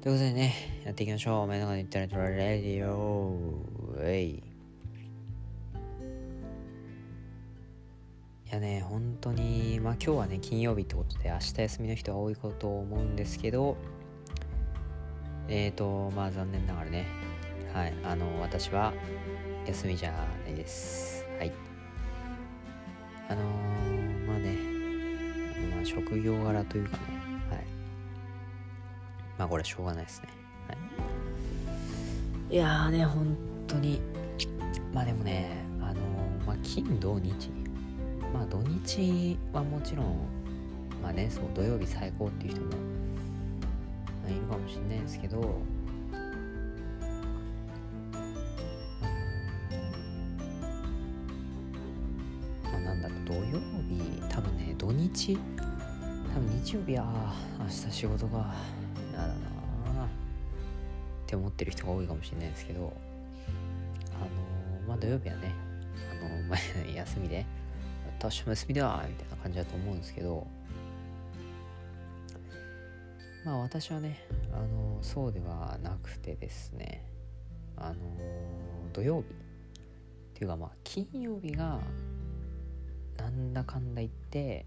ということでね、やっていきましょう。目の前に言ったらトラレディオいやね、本当に今日はね金曜日ってことで明日休みの人が多いかと思うんですけど、残念ながらね、私は休みじゃないです。はい。職業柄というかね、これしょうがないですね。いやーね、本当にでもね、金土日、土日はもちろん土曜日最高っていう人も、いるかもしれないですけど、土曜日多分ね、日曜日は明日仕事がやだなって思ってる人が多いかもしれないですけど、土曜日はね、休みで私も休みだみたいな感じだと思うんですけど、私はね、そうではなくてですね、土曜日っていうか金曜日がなんだかんだ言って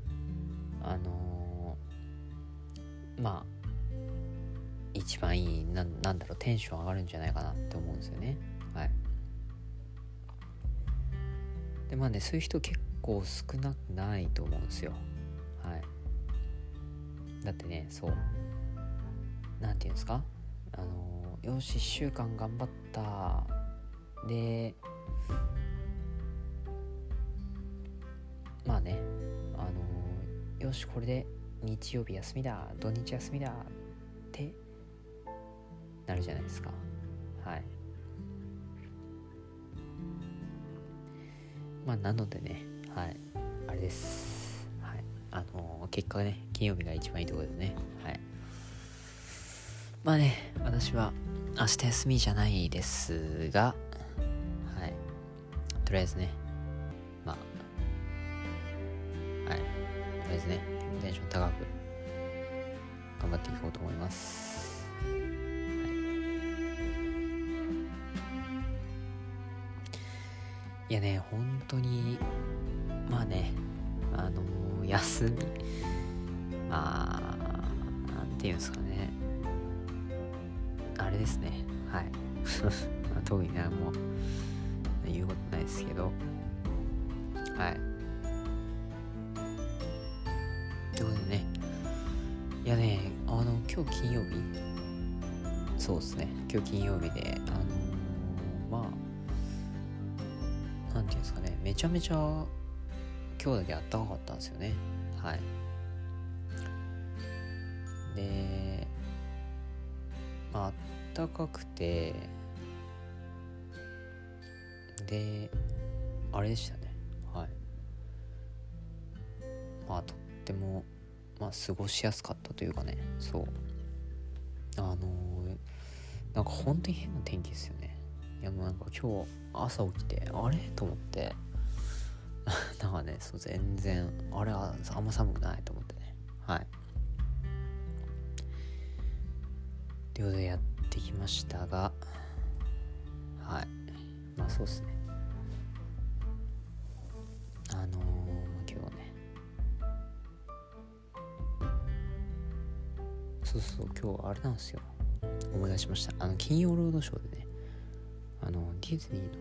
一番いいテンション上がるんじゃないかなって思うんですよね。はい。でそういう人結構少なくないと思うんですよ。はい。だってね、なんていうんですか、よし1週間頑張ったで、よしこれで日曜日休みだ、土日休みだってなるじゃないですか。はい。なのでね、あれです。はい。結果がね、金曜日が一番いいところでね。はい。私は明日休みじゃないですが、はい。とりあえずね、とりあえずね、テンション高く頑張っていこうと思います。いやね、本当に休みなんていうんですかね、あれですね。はい。特にもう言うことないですけど、はい。ということでね、いやね、今日金曜日、そうですね、今日金曜日でなんていうんですかね、めちゃめちゃ今日だけあったかかったんですよね。はい。で、あったかくて、であれでしたね。はい。とっても過ごしやすかったというかね、なんか本当に変な天気ですよね。いやもう今日朝起きてあれと思って全然あんま寒くないと思ってね。はい。ということでやってきましたが、はい。そうですね。今日ね、今日あれなんですよ。思い出しました。金曜ロードショーでね、ディズニーの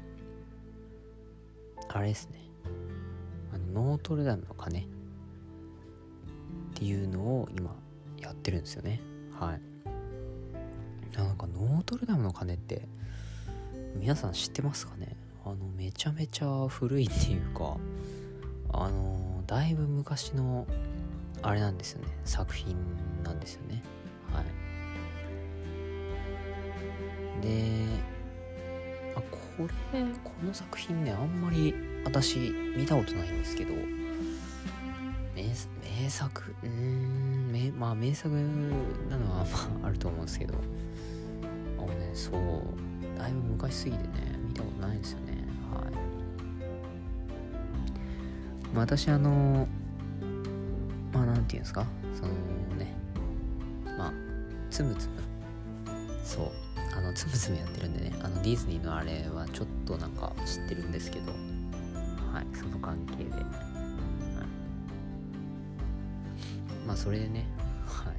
あれですね、ノートルダムの鐘っていうのを今やってるんですよね。はい。ノートルダムの鐘って皆さん知ってますかね。めちゃめちゃ古いっていうか、だいぶ昔のあれなんですよね、作品なんですよね。はい。でこの作品ね、あんまり私見たことないんですけど、名作名作なのはあると思うんですけど、だいぶ昔すぎてね見たことないんですよね。はい。私なんていうんですか、 つむつむ、そうつむつむやってるんでね、ディズニーのあれはちょっとなんか知ってるんですけど、はい、その関係で、はい、まあそれでね、はい、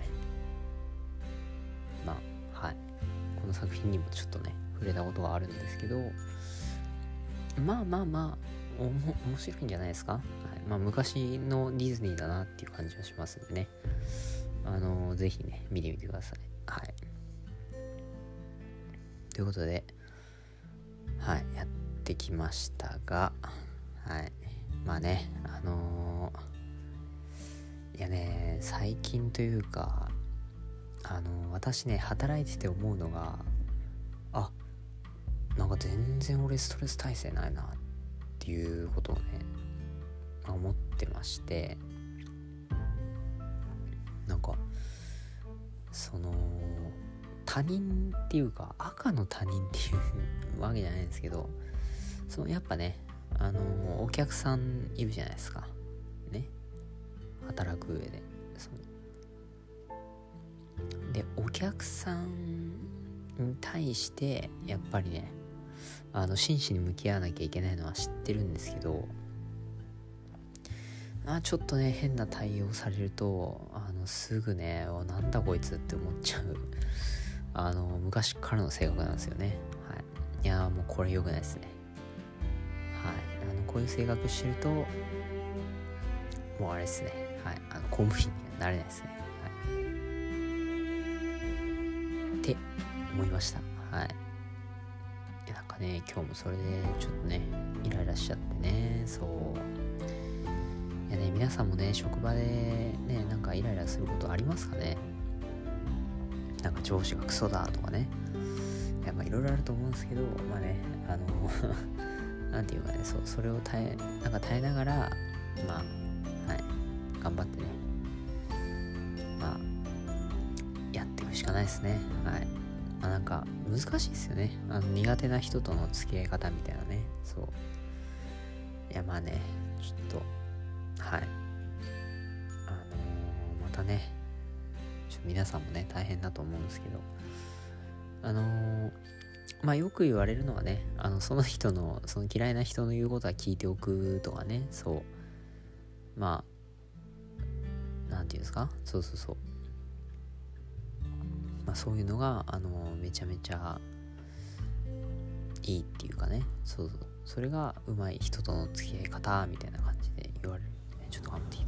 まあはい、この作品にもちょっとね触れたことがあるんですけど、まあ面白いんじゃないですか。はい、まあ昔のディズニーだなっていう感じはしますんでね、ぜひね見てみてください。はい、ということで、はい、やってきましたが、はい、まあね、いやね、最近というか、私ね、働いてて思うのが、なんか全然俺ストレス耐性ないなっていうことをね、思ってまして、なんかその他人っていうか赤の他人っていうわけじゃないんですけど、そのやっぱね、お客さんいるじゃないですかね、働く上で。でお客さんに対してやっぱりね、真摯に向き合わなきゃいけないのは知ってるんですけど、ちょっとね変な対応されるとすぐね、なんだこいつって思っちゃう昔からの性格なんですよね。はい、いやもうこれ良くないですね。はい、こういう性格してるともうあれですね、はい、公務員にはなれないですね。はい、って思いました。はい、なんかね今日もそれでちょっとねイライラしちゃってね。そういやね、皆さんもね職場でねなんかイライラすることありますかね。なんか上司がクソだとかね、やっぱいろいろあると思うんですけど、まあねなんていうかね、それを耐えながら、まあはい頑張ってね、まあやっていくしかないですね。はい、まあなんか難しいですよね、苦手な人との付き合い方みたいなね。そういやまあねちょっとはいまたねちょっと皆さんもね大変だと思うんですけど、まあよく言われるのはね、その人のその嫌いな人の言うことは聞いておくとかね。そうまあなんていうんですか、そうまあそういうのがめちゃめちゃいいっていうかね、それが上手い人との付き合い方みたいな感じで言われるんで、ね、ちょっと頑張ってい